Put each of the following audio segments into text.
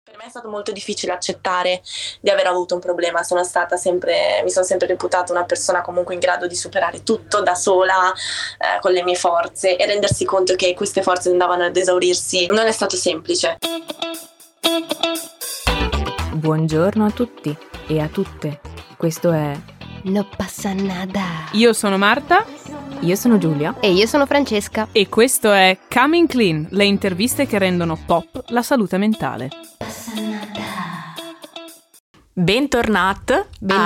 Per me è stato molto difficile accettare di aver avuto un problema. Mi sono sempre reputata una persona comunque in grado di superare tutto da sola, con le mie forze, e rendersi conto che queste forze andavano ad esaurirsi non è stato semplice. Buongiorno a tutti e a tutte. Questo è No passa nada. Io sono Marta. Io sono Giulia. E io sono Francesca. E questo è Coming Clean, le interviste che rendono pop la salute mentale. Bentornat.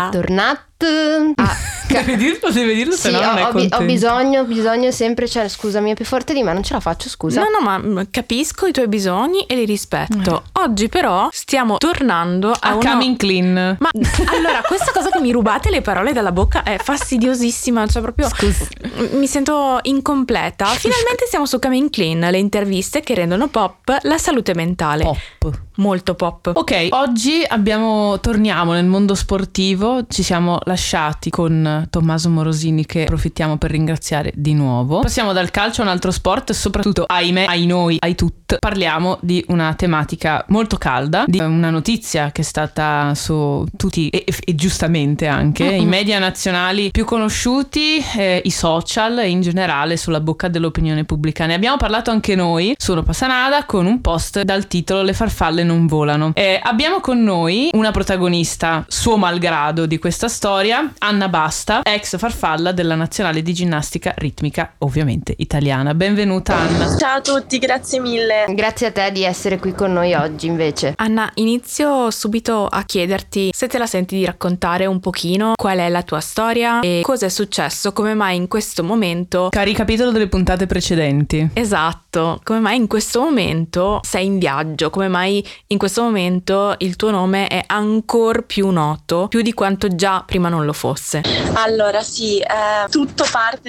Devi dirlo, sì, se no non è contento. Ho bisogno sempre, cioè scusami, è più forte di me, non ce la faccio, scusa. No, ma capisco i tuoi bisogni e li rispetto. Oggi però stiamo tornando a Coming Clean. Ma allora, questa cosa che mi rubate le parole dalla bocca è fastidiosissima, cioè proprio mi sento incompleta. Finalmente siamo su Coming Clean, le interviste che rendono pop la salute mentale. Pop. Molto pop. Ok, oggi torniamo nel mondo sportivo. Ci siamo lasciati con Tommaso Morosini, che approfittiamo per ringraziare di nuovo. Passiamo dal calcio a un altro sport, soprattutto ahimè, ai noi, ai tut. Parliamo di una tematica molto calda, di una notizia che è stata su tutti e giustamente anche i media nazionali più conosciuti, i social e in generale sulla bocca dell'opinione pubblica. Ne abbiamo parlato anche noi su No Passa Nada con un post dal titolo "Le farfalle non volano". Abbiamo con noi una protagonista suo malgrado di questa storia, Anna Basta, ex farfalla della nazionale di ginnastica ritmica, ovviamente italiana. Benvenuta Anna. Ciao a tutti, grazie mille. Grazie a te di essere qui con noi oggi invece. Anna, inizio subito a chiederti se te la senti di raccontare un pochino qual è la tua storia e cosa è successo, come mai in questo momento... Ricapitolo delle puntate precedenti. Esatto, come mai in questo momento sei in viaggio, come mai in questo momento il tuo nome è ancora più noto, più di quanto già prima non lo fosse. Allora sì, tutto parte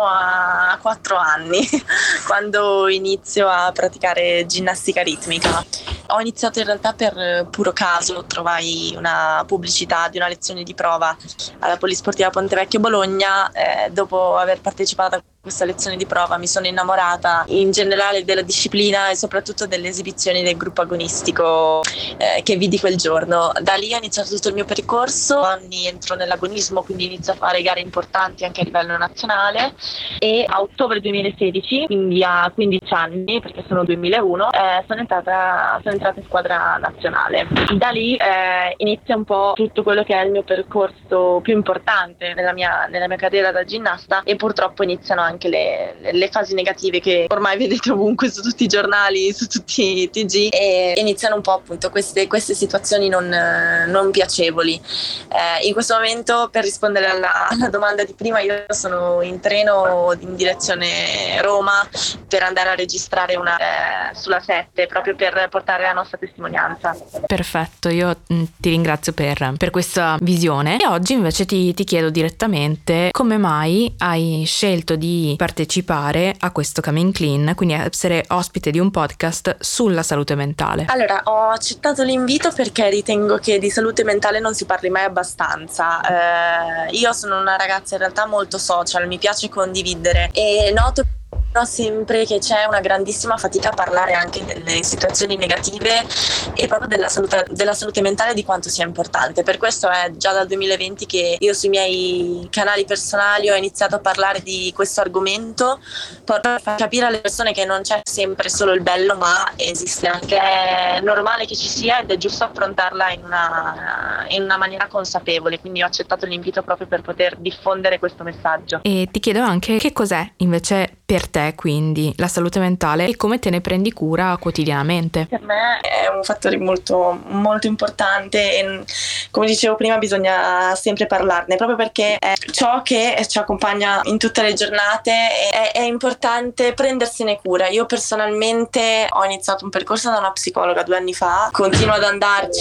a 4 anni, quando inizio a praticare ginnastica ritmica. Ho iniziato in realtà per puro caso, trovai una pubblicità di una lezione di prova alla Polisportiva Pontevecchio Bologna. Dopo aver partecipato a questa lezione di prova mi sono innamorata in generale della disciplina e soprattutto delle esibizioni del gruppo agonistico che vidi quel giorno. Da lì ho iniziato tutto il mio percorso, anni entro nell'agonismo, quindi inizio a fare gare importanti anche a livello nazionale, e a ottobre 2016, quindi a 15 anni, perché sono 2001, sono entrata in squadra nazionale. Da lì inizia un po' tutto quello che è il mio percorso più importante nella mia carriera da ginnasta, e purtroppo iniziano anche le fasi negative che ormai vedete ovunque su tutti i giornali, su tutti i TG, e iniziano un po' appunto queste situazioni non piacevoli. In questo momento, per rispondere alla domanda di prima, io sono in treno in direzione Roma per andare a registrare sulla 7, proprio per portare la nostra testimonianza. Perfetto, io ti ringrazio per questa visione, e oggi invece ti chiedo direttamente come mai hai scelto di partecipare a questo Coming Clean, quindi essere ospite di un podcast sulla salute mentale. Allora, ho accettato l'invito perché ritengo che di salute mentale non si parli mai abbastanza. Io sono una ragazza in realtà molto social, mi piace condividere, e noto sempre che c'è una grandissima fatica a parlare anche delle situazioni negative e proprio della salute mentale, di quanto sia importante. Per questo è già dal 2020 che io sui miei canali personali ho iniziato a parlare di questo argomento, per far capire alle persone che non c'è sempre solo il bello, ma esiste anche, è normale che ci sia, ed è giusto affrontarla in una maniera consapevole. Quindi ho accettato l'invito proprio per poter diffondere questo messaggio. E ti chiedo anche che cos'è invece per te quindi la salute mentale e come te ne prendi cura quotidianamente. Per me è un fattore molto, molto importante, e come dicevo prima bisogna sempre parlarne, proprio perché è ciò che ci accompagna in tutte le giornate. È importante prendersene cura. Io personalmente ho iniziato un percorso da una psicologa 2 anni fa, continuo ad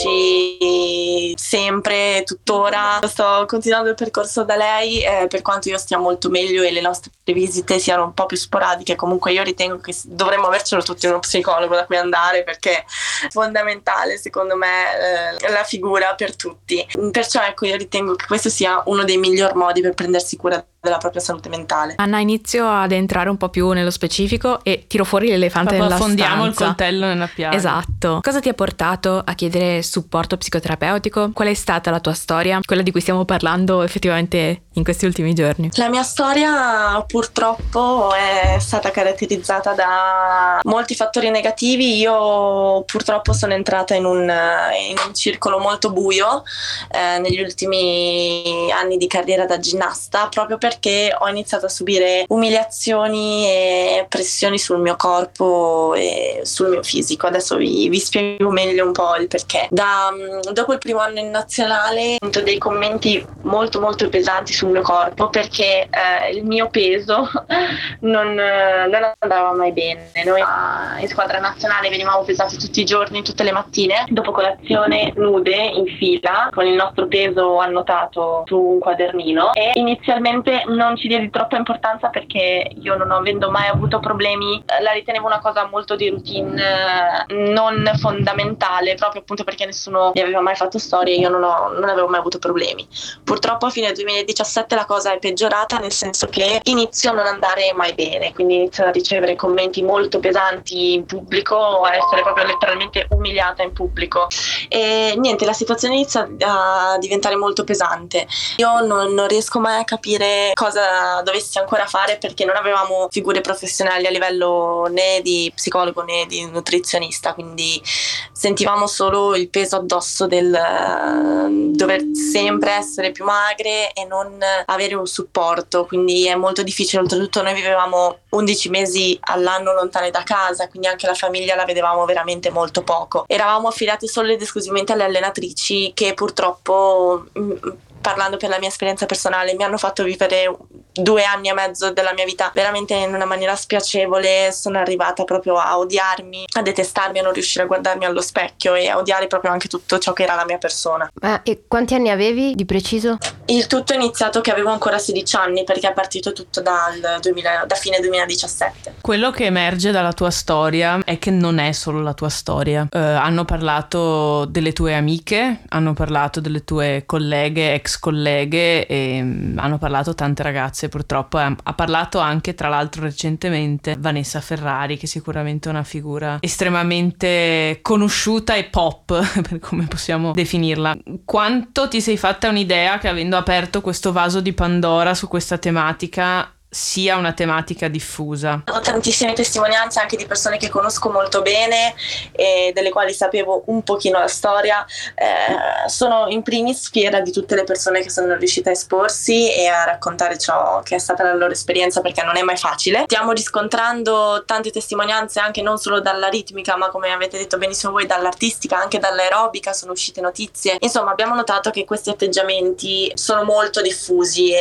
andarci sempre, tuttora. Sto continuando il percorso da lei, per quanto io stia molto meglio e le nostre visite siano un po' più sporadiche. Comunque io ritengo che dovremmo avercelo tutti uno psicologo da cui andare, perché è fondamentale secondo me la figura per tutti. Perciò ecco, io ritengo che questo sia uno dei miglior modi per prendersi cura della propria salute mentale. Anna, inizio ad entrare un po' più nello specifico e tiro fuori l'elefante nella stanza. Affondiamo il coltello nella piaga. Esatto. Cosa ti ha portato a chiedere supporto psicoterapeutico? Qual è stata la tua storia? Quella di cui stiamo parlando effettivamente in questi ultimi giorni. La mia storia purtroppo è stata caratterizzata da molti fattori negativi. Io purtroppo sono entrata in un circolo molto buio negli ultimi anni di carriera da ginnasta, proprio perché ho iniziato a subire umiliazioni e pressioni sul mio corpo e sul mio fisico. Adesso vi spiego meglio un po' il perché. Dopo il primo anno in nazionale ho avuto dei commenti molto molto pesanti sul mio corpo, perché il mio peso non andava mai bene. Noi in squadra nazionale venivamo pesati tutti i giorni, tutte le mattine, dopo colazione, nude in fila con il nostro peso annotato su un quadernino, e inizialmente non ci diedi troppa importanza perché io, non avendo mai avuto problemi, la ritenevo una cosa molto di routine, non fondamentale, proprio appunto perché nessuno mi aveva mai fatto storie, io non avevo mai avuto problemi. Purtroppo a fine 2017 la cosa è peggiorata, nel senso che inizio a non andare mai bene, quindi inizio a ricevere commenti molto pesanti in pubblico, a essere proprio letteralmente umiliata in pubblico, e niente, la situazione inizia a diventare molto pesante. Io non riesco mai a capire cosa dovessi ancora fare, perché non avevamo figure professionali a livello né di psicologo né di nutrizionista, quindi sentivamo solo il peso addosso del dover sempre essere più magre e non avere un supporto, quindi è molto difficile. Oltretutto noi vivevamo 11 mesi all'anno lontane da casa, quindi anche la famiglia la vedevamo veramente molto poco. Eravamo affidati solo ed esclusivamente alle allenatrici, che purtroppo, parlando per la mia esperienza personale, mi hanno fatto vivere 2 anni e mezzo della mia vita veramente in una maniera spiacevole. Sono arrivata proprio a odiarmi, a detestarmi, a non riuscire a guardarmi allo specchio e a odiare proprio anche tutto ciò che era la mia persona. E quanti anni avevi di preciso? Il tutto è iniziato che avevo ancora 16 anni, perché è partito tutto da fine 2017. Quello che emerge dalla tua storia è che non è solo la tua storia. Hanno parlato delle tue amiche, hanno parlato delle tue colleghe, ex colleghe, e hanno parlato tante ragazze purtroppo. Ha parlato anche, tra l'altro recentemente, Vanessa Ferrari, che è sicuramente una figura estremamente conosciuta e pop, per come possiamo definirla. Quanto ti sei fatta un'idea che, avendo aperto questo vaso di Pandora su questa tematica, sia una tematica diffusa? Ho tantissime testimonianze anche di persone che conosco molto bene e delle quali sapevo un pochino la storia. Sono in primis fiera di tutte le persone che sono riuscite a esporsi e a raccontare ciò che è stata la loro esperienza, perché non è mai facile. Stiamo riscontrando tante testimonianze anche non solo dalla ritmica, ma, come avete detto benissimo voi, dall'artistica, anche dall'aerobica sono uscite notizie. Insomma, abbiamo notato che questi atteggiamenti sono molto diffusi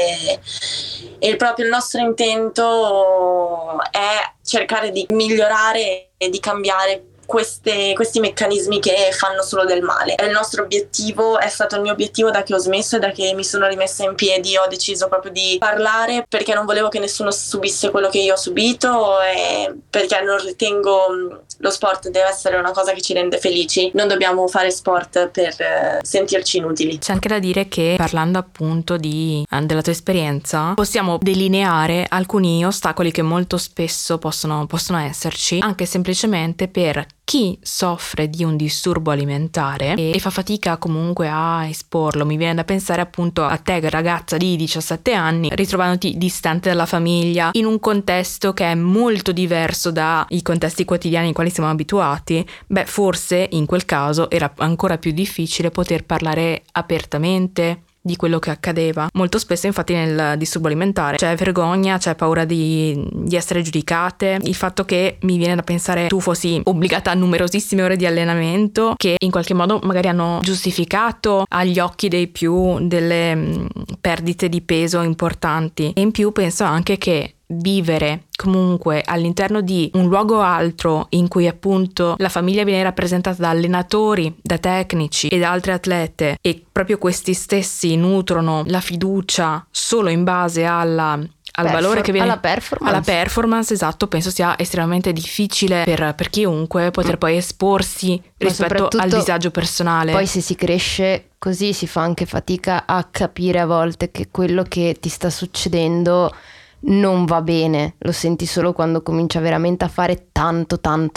e proprio il nostro intento è cercare di migliorare e di cambiare questi meccanismi che fanno solo del male. È il nostro obiettivo, è stato il mio obiettivo da che ho smesso e da che mi sono rimessa in piedi. Ho deciso proprio di parlare, perché non volevo che nessuno subisse quello che io ho subito, e perché non ritengo lo sport deve essere una cosa che ci rende felici. Non dobbiamo fare sport per sentirci inutili. C'è anche da dire che, parlando appunto della tua esperienza, possiamo delineare alcuni ostacoli che molto spesso possono esserci, anche semplicemente per chi soffre di un disturbo alimentare e fa fatica comunque a esporlo. Mi viene da pensare appunto a te, ragazza di 17 anni, ritrovandoti distante dalla famiglia, in un contesto che è molto diverso dai contesti quotidiani ai quali siamo abituati. Beh, forse in quel caso era ancora più difficile poter parlare apertamente di quello che accadeva. Molto spesso infatti nel disturbo alimentare c'è vergogna, c'è paura di essere giudicate, il fatto che, mi viene da pensare, tu fossi obbligata a numerosissime ore di allenamento che in qualche modo magari hanno giustificato agli occhi dei più delle perdite di peso importanti. E in più penso anche che vivere comunque all'interno di un luogo altro, in cui appunto la famiglia viene rappresentata da allenatori, da tecnici e da altre atlete, e proprio questi stessi nutrono la fiducia solo in base alla al valore che viene alla performance, esatto, penso sia estremamente difficile per chiunque poter poi esporsi rispetto al disagio personale. Poi se si cresce così si fa anche fatica a capire a volte che quello che ti sta succedendo non va bene, lo senti solo quando comincia veramente a fare tanto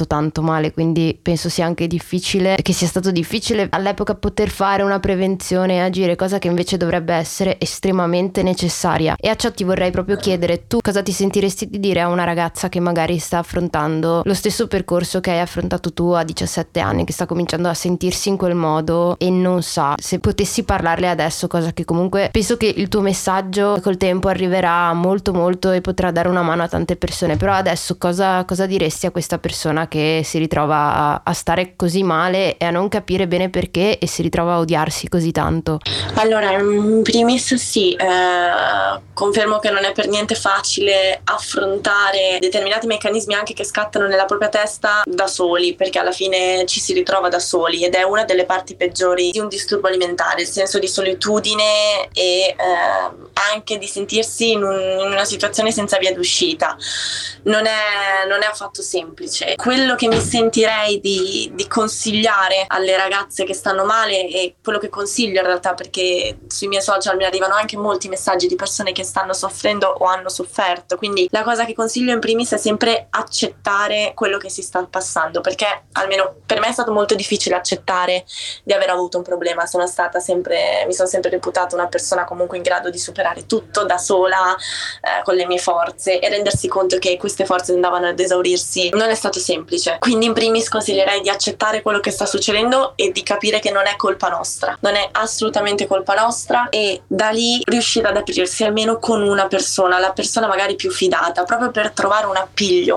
male, quindi penso sia anche difficile, che sia stato difficile all'epoca poter fare una prevenzione e agire, cosa che invece dovrebbe essere estremamente necessaria. E a ciò ti vorrei proprio chiedere, tu cosa ti sentiresti di dire a una ragazza che magari sta affrontando lo stesso percorso che hai affrontato tu a 17 anni, che sta cominciando a sentirsi in quel modo e non sa, se potessi parlarle adesso, cosa che comunque penso che il tuo messaggio col tempo arriverà molto e potrà dare una mano a tante persone, però adesso cosa diresti a questa persona che si ritrova a stare così male e a non capire bene perché e si ritrova a odiarsi così tanto? Allora, in primis sì, confermo che non è per niente facile affrontare determinati meccanismi anche che scattano nella propria testa da soli, perché alla fine ci si ritrova da soli ed è una delle parti peggiori di un disturbo alimentare, il senso di solitudine e anche di sentirsi in una situazione senza via d'uscita. Non è affatto semplice. Quello che mi sentirei di consigliare alle ragazze che stanno male, e quello che consiglio in realtà, perché sui miei social mi arrivano anche molti messaggi di persone che stanno soffrendo o hanno sofferto, quindi la cosa che consiglio in primis è sempre accettare quello che si sta passando, perché almeno per me è stato molto difficile accettare di aver avuto un problema. Mi sono sempre reputata una persona comunque in grado di superare tutto da sola, con le mie forze, e rendersi conto che queste forze andavano ad esaurirsi non è stato semplice. Quindi in primis consiglierei di accettare quello che sta succedendo e di capire che non è colpa nostra, non è assolutamente colpa nostra, e da lì riuscire ad aprirsi almeno con una persona, la persona magari più fidata, proprio per trovare un appiglio,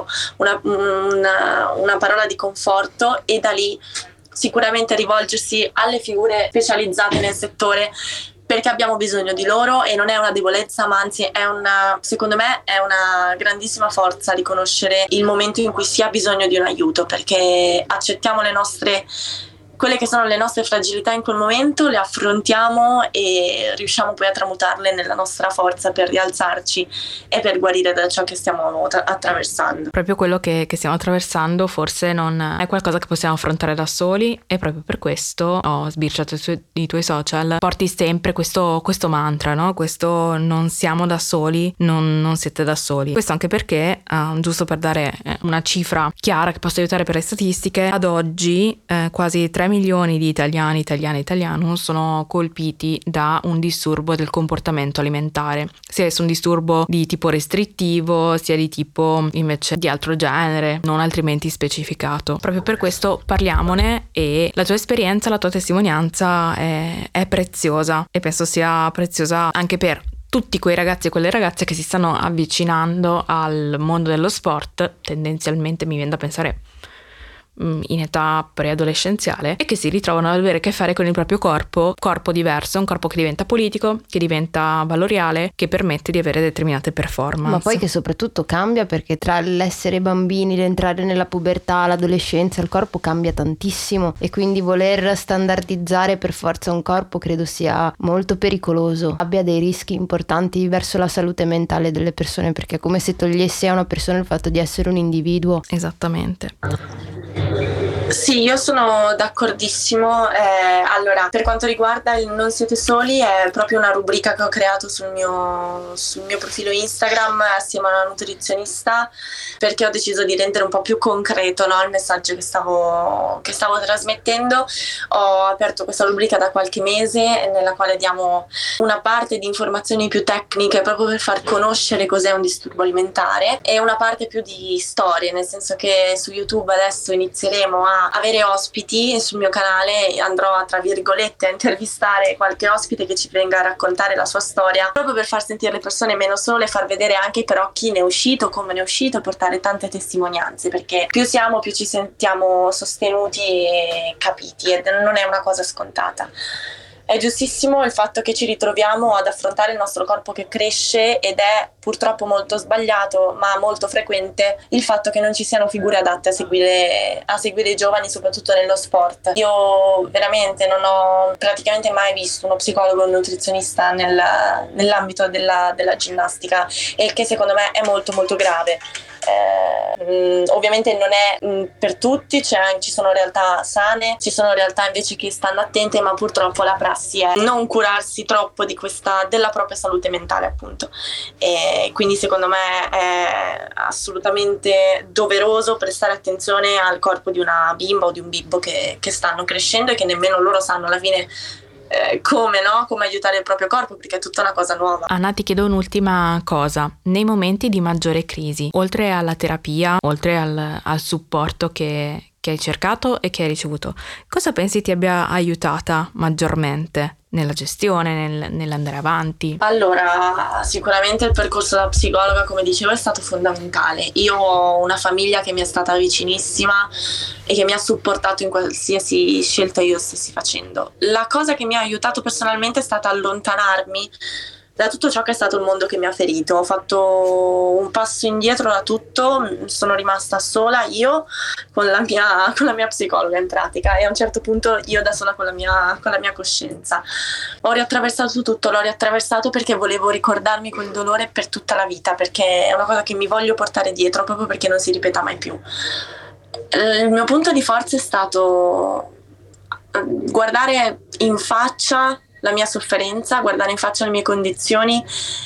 una parola di conforto, e da lì sicuramente rivolgersi alle figure specializzate nel settore, perché abbiamo bisogno di loro, e non è una debolezza, ma anzi secondo me è una grandissima forza riconoscere il momento in cui si ha bisogno di un aiuto, perché accettiamo quelle che sono le nostre fragilità in quel momento, le affrontiamo e riusciamo poi a tramutarle nella nostra forza per rialzarci e per guarire da ciò che stiamo attraversando. Proprio quello che stiamo attraversando forse non è qualcosa che possiamo affrontare da soli, e proprio per questo ho sbirciato i tuoi social. Porti sempre questo mantra, no? Questo non siamo da soli, non siete da soli. Questo anche perché, giusto per dare una cifra chiara che possa aiutare per le statistiche, ad oggi quasi 3 milioni di italiani sono colpiti da un disturbo del comportamento alimentare, sia su un disturbo di tipo restrittivo, sia di tipo invece di altro genere, non altrimenti specificato. Proprio per questo parliamone, e la tua esperienza, la tua testimonianza è preziosa, e penso sia preziosa anche per tutti quei ragazzi e quelle ragazze che si stanno avvicinando al mondo dello sport, tendenzialmente mi viene da pensare in età preadolescenziale, e che si ritrovano ad avere a che fare con il proprio corpo diverso, un corpo che diventa politico, che diventa valoriale, che permette di avere determinate performance. Ma poi che soprattutto cambia, perché tra l'essere bambini, l'entrare nella pubertà, l'adolescenza, il corpo cambia tantissimo, e quindi voler standardizzare per forza un corpo credo sia molto pericoloso, abbia dei rischi importanti verso la salute mentale delle persone, perché è come se togliessi a una persona il fatto di essere un individuo. Esattamente. Sì, io sono d'accordissimo. Allora, per quanto riguarda il Non siete soli, è proprio una rubrica che ho creato sul mio profilo Instagram assieme a una nutrizionista, perché ho deciso di rendere un po' più concreto, no, il messaggio che stavo trasmettendo. Ho aperto questa rubrica da qualche mese, nella quale diamo una parte di informazioni più tecniche proprio per far conoscere cos'è un disturbo alimentare, e una parte più di storie, nel senso che su YouTube adesso inizieremo a avere ospiti. Sul mio canale andrò tra virgolette a intervistare qualche ospite che ci venga a raccontare la sua storia, proprio per far sentire le persone meno sole, far vedere anche però chi ne è uscito, come ne è uscito, portare tante testimonianze, perché più ci sentiamo sostenuti e capiti, ed non è una cosa scontata. È giustissimo il fatto che ci ritroviamo ad affrontare il nostro corpo che cresce, ed è purtroppo molto sbagliato, ma molto frequente, il fatto che non ci siano figure adatte a seguire i giovani, soprattutto nello sport. Io veramente non ho praticamente mai visto uno psicologo o un nutrizionista nell'ambito della ginnastica, e che secondo me è molto molto grave. Ovviamente non è per tutti, ci sono realtà sane, ci sono realtà invece che stanno attente, ma purtroppo la prassi è non curarsi troppo della propria salute mentale, appunto. E quindi secondo me è assolutamente doveroso prestare attenzione al corpo di una bimba o di un bimbo che stanno crescendo e che nemmeno loro sanno alla fine come aiutare il proprio corpo, perché è tutta una cosa nuova. Anna, ti chiedo un'ultima cosa. Nei momenti di maggiore crisi, oltre alla terapia, oltre al supporto che hai cercato e che hai ricevuto, cosa pensi ti abbia aiutata maggiormente nella gestione, nell'andare avanti? Allora, sicuramente il percorso da psicologa, come dicevo, è stato fondamentale. Io ho una famiglia che mi è stata vicinissima e che mi ha supportato in qualsiasi scelta io stessi facendo. La cosa che mi ha aiutato personalmente è stata allontanarmi da tutto ciò che è stato il mondo che mi ha ferito. Ho fatto un passo indietro da tutto, sono rimasta sola io con la mia psicologa in pratica, e a un certo punto io da sola con la mia coscienza. Ho riattraversato tutto, l'ho riattraversato perché volevo ricordarmi quel dolore per tutta la vita, perché è una cosa che mi voglio portare dietro, proprio perché non si ripeta mai più. Il mio punto di forza è stato guardare in faccia la mia sofferenza, guardare in faccia le mie condizioni,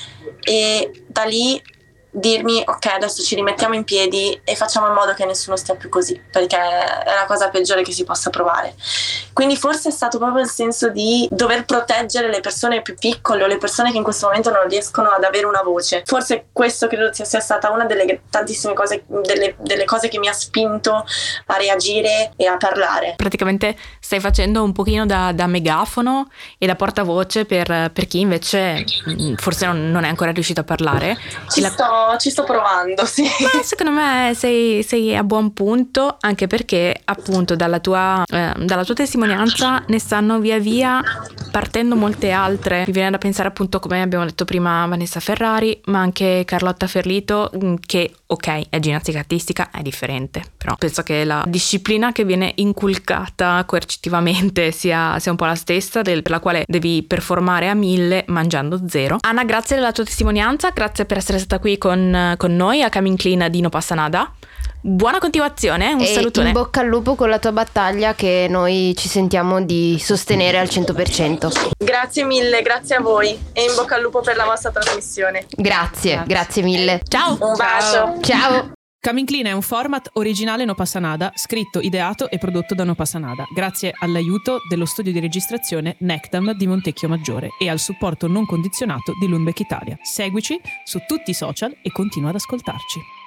e da lì dirmi ok, adesso ci rimettiamo in piedi e facciamo in modo che nessuno stia più così, perché è la cosa peggiore che si possa provare. Quindi forse è stato proprio il senso di dover proteggere le persone più piccole o le persone che in questo momento non riescono ad avere una voce. Forse questo credo sia stata una delle tantissime cose, delle cose che mi ha spinto a reagire e a parlare. Praticamente stai facendo un pochino da megafono e da portavoce per chi invece forse non è ancora riuscito a parlare. Ci sto provando, sì. Ma secondo me sei a buon punto, anche perché appunto dalla tua testimonianza ne stanno via via partendo molte altre. Mi viene da pensare appunto, come abbiamo detto prima, Vanessa Ferrari, ma anche Carlotta Ferlito, che ok, è ginnastica artistica, è differente, però penso che la disciplina che viene inculcata coercitivamente sia un po' la stessa, per la quale devi performare a 1000 mangiando 0. Anna, grazie della tua testimonianza, grazie per essere stata qui con noi a Coming Clean di No Passa Nada. Buona continuazione, un salutone. In bocca al lupo con la tua battaglia, che noi ci sentiamo di sostenere al 100%. Grazie mille, grazie a voi, e in bocca al lupo per la vostra trasmissione. Grazie mille. Ciao. Un bacio. Ciao. Coming Clean è un format originale No Passa Nada, scritto, ideato e prodotto da No Passa Nada, grazie all'aiuto dello studio di registrazione Nectam di Montecchio Maggiore e al supporto non condizionato di Lundbeck Italia. Seguici su tutti i social e continua ad ascoltarci.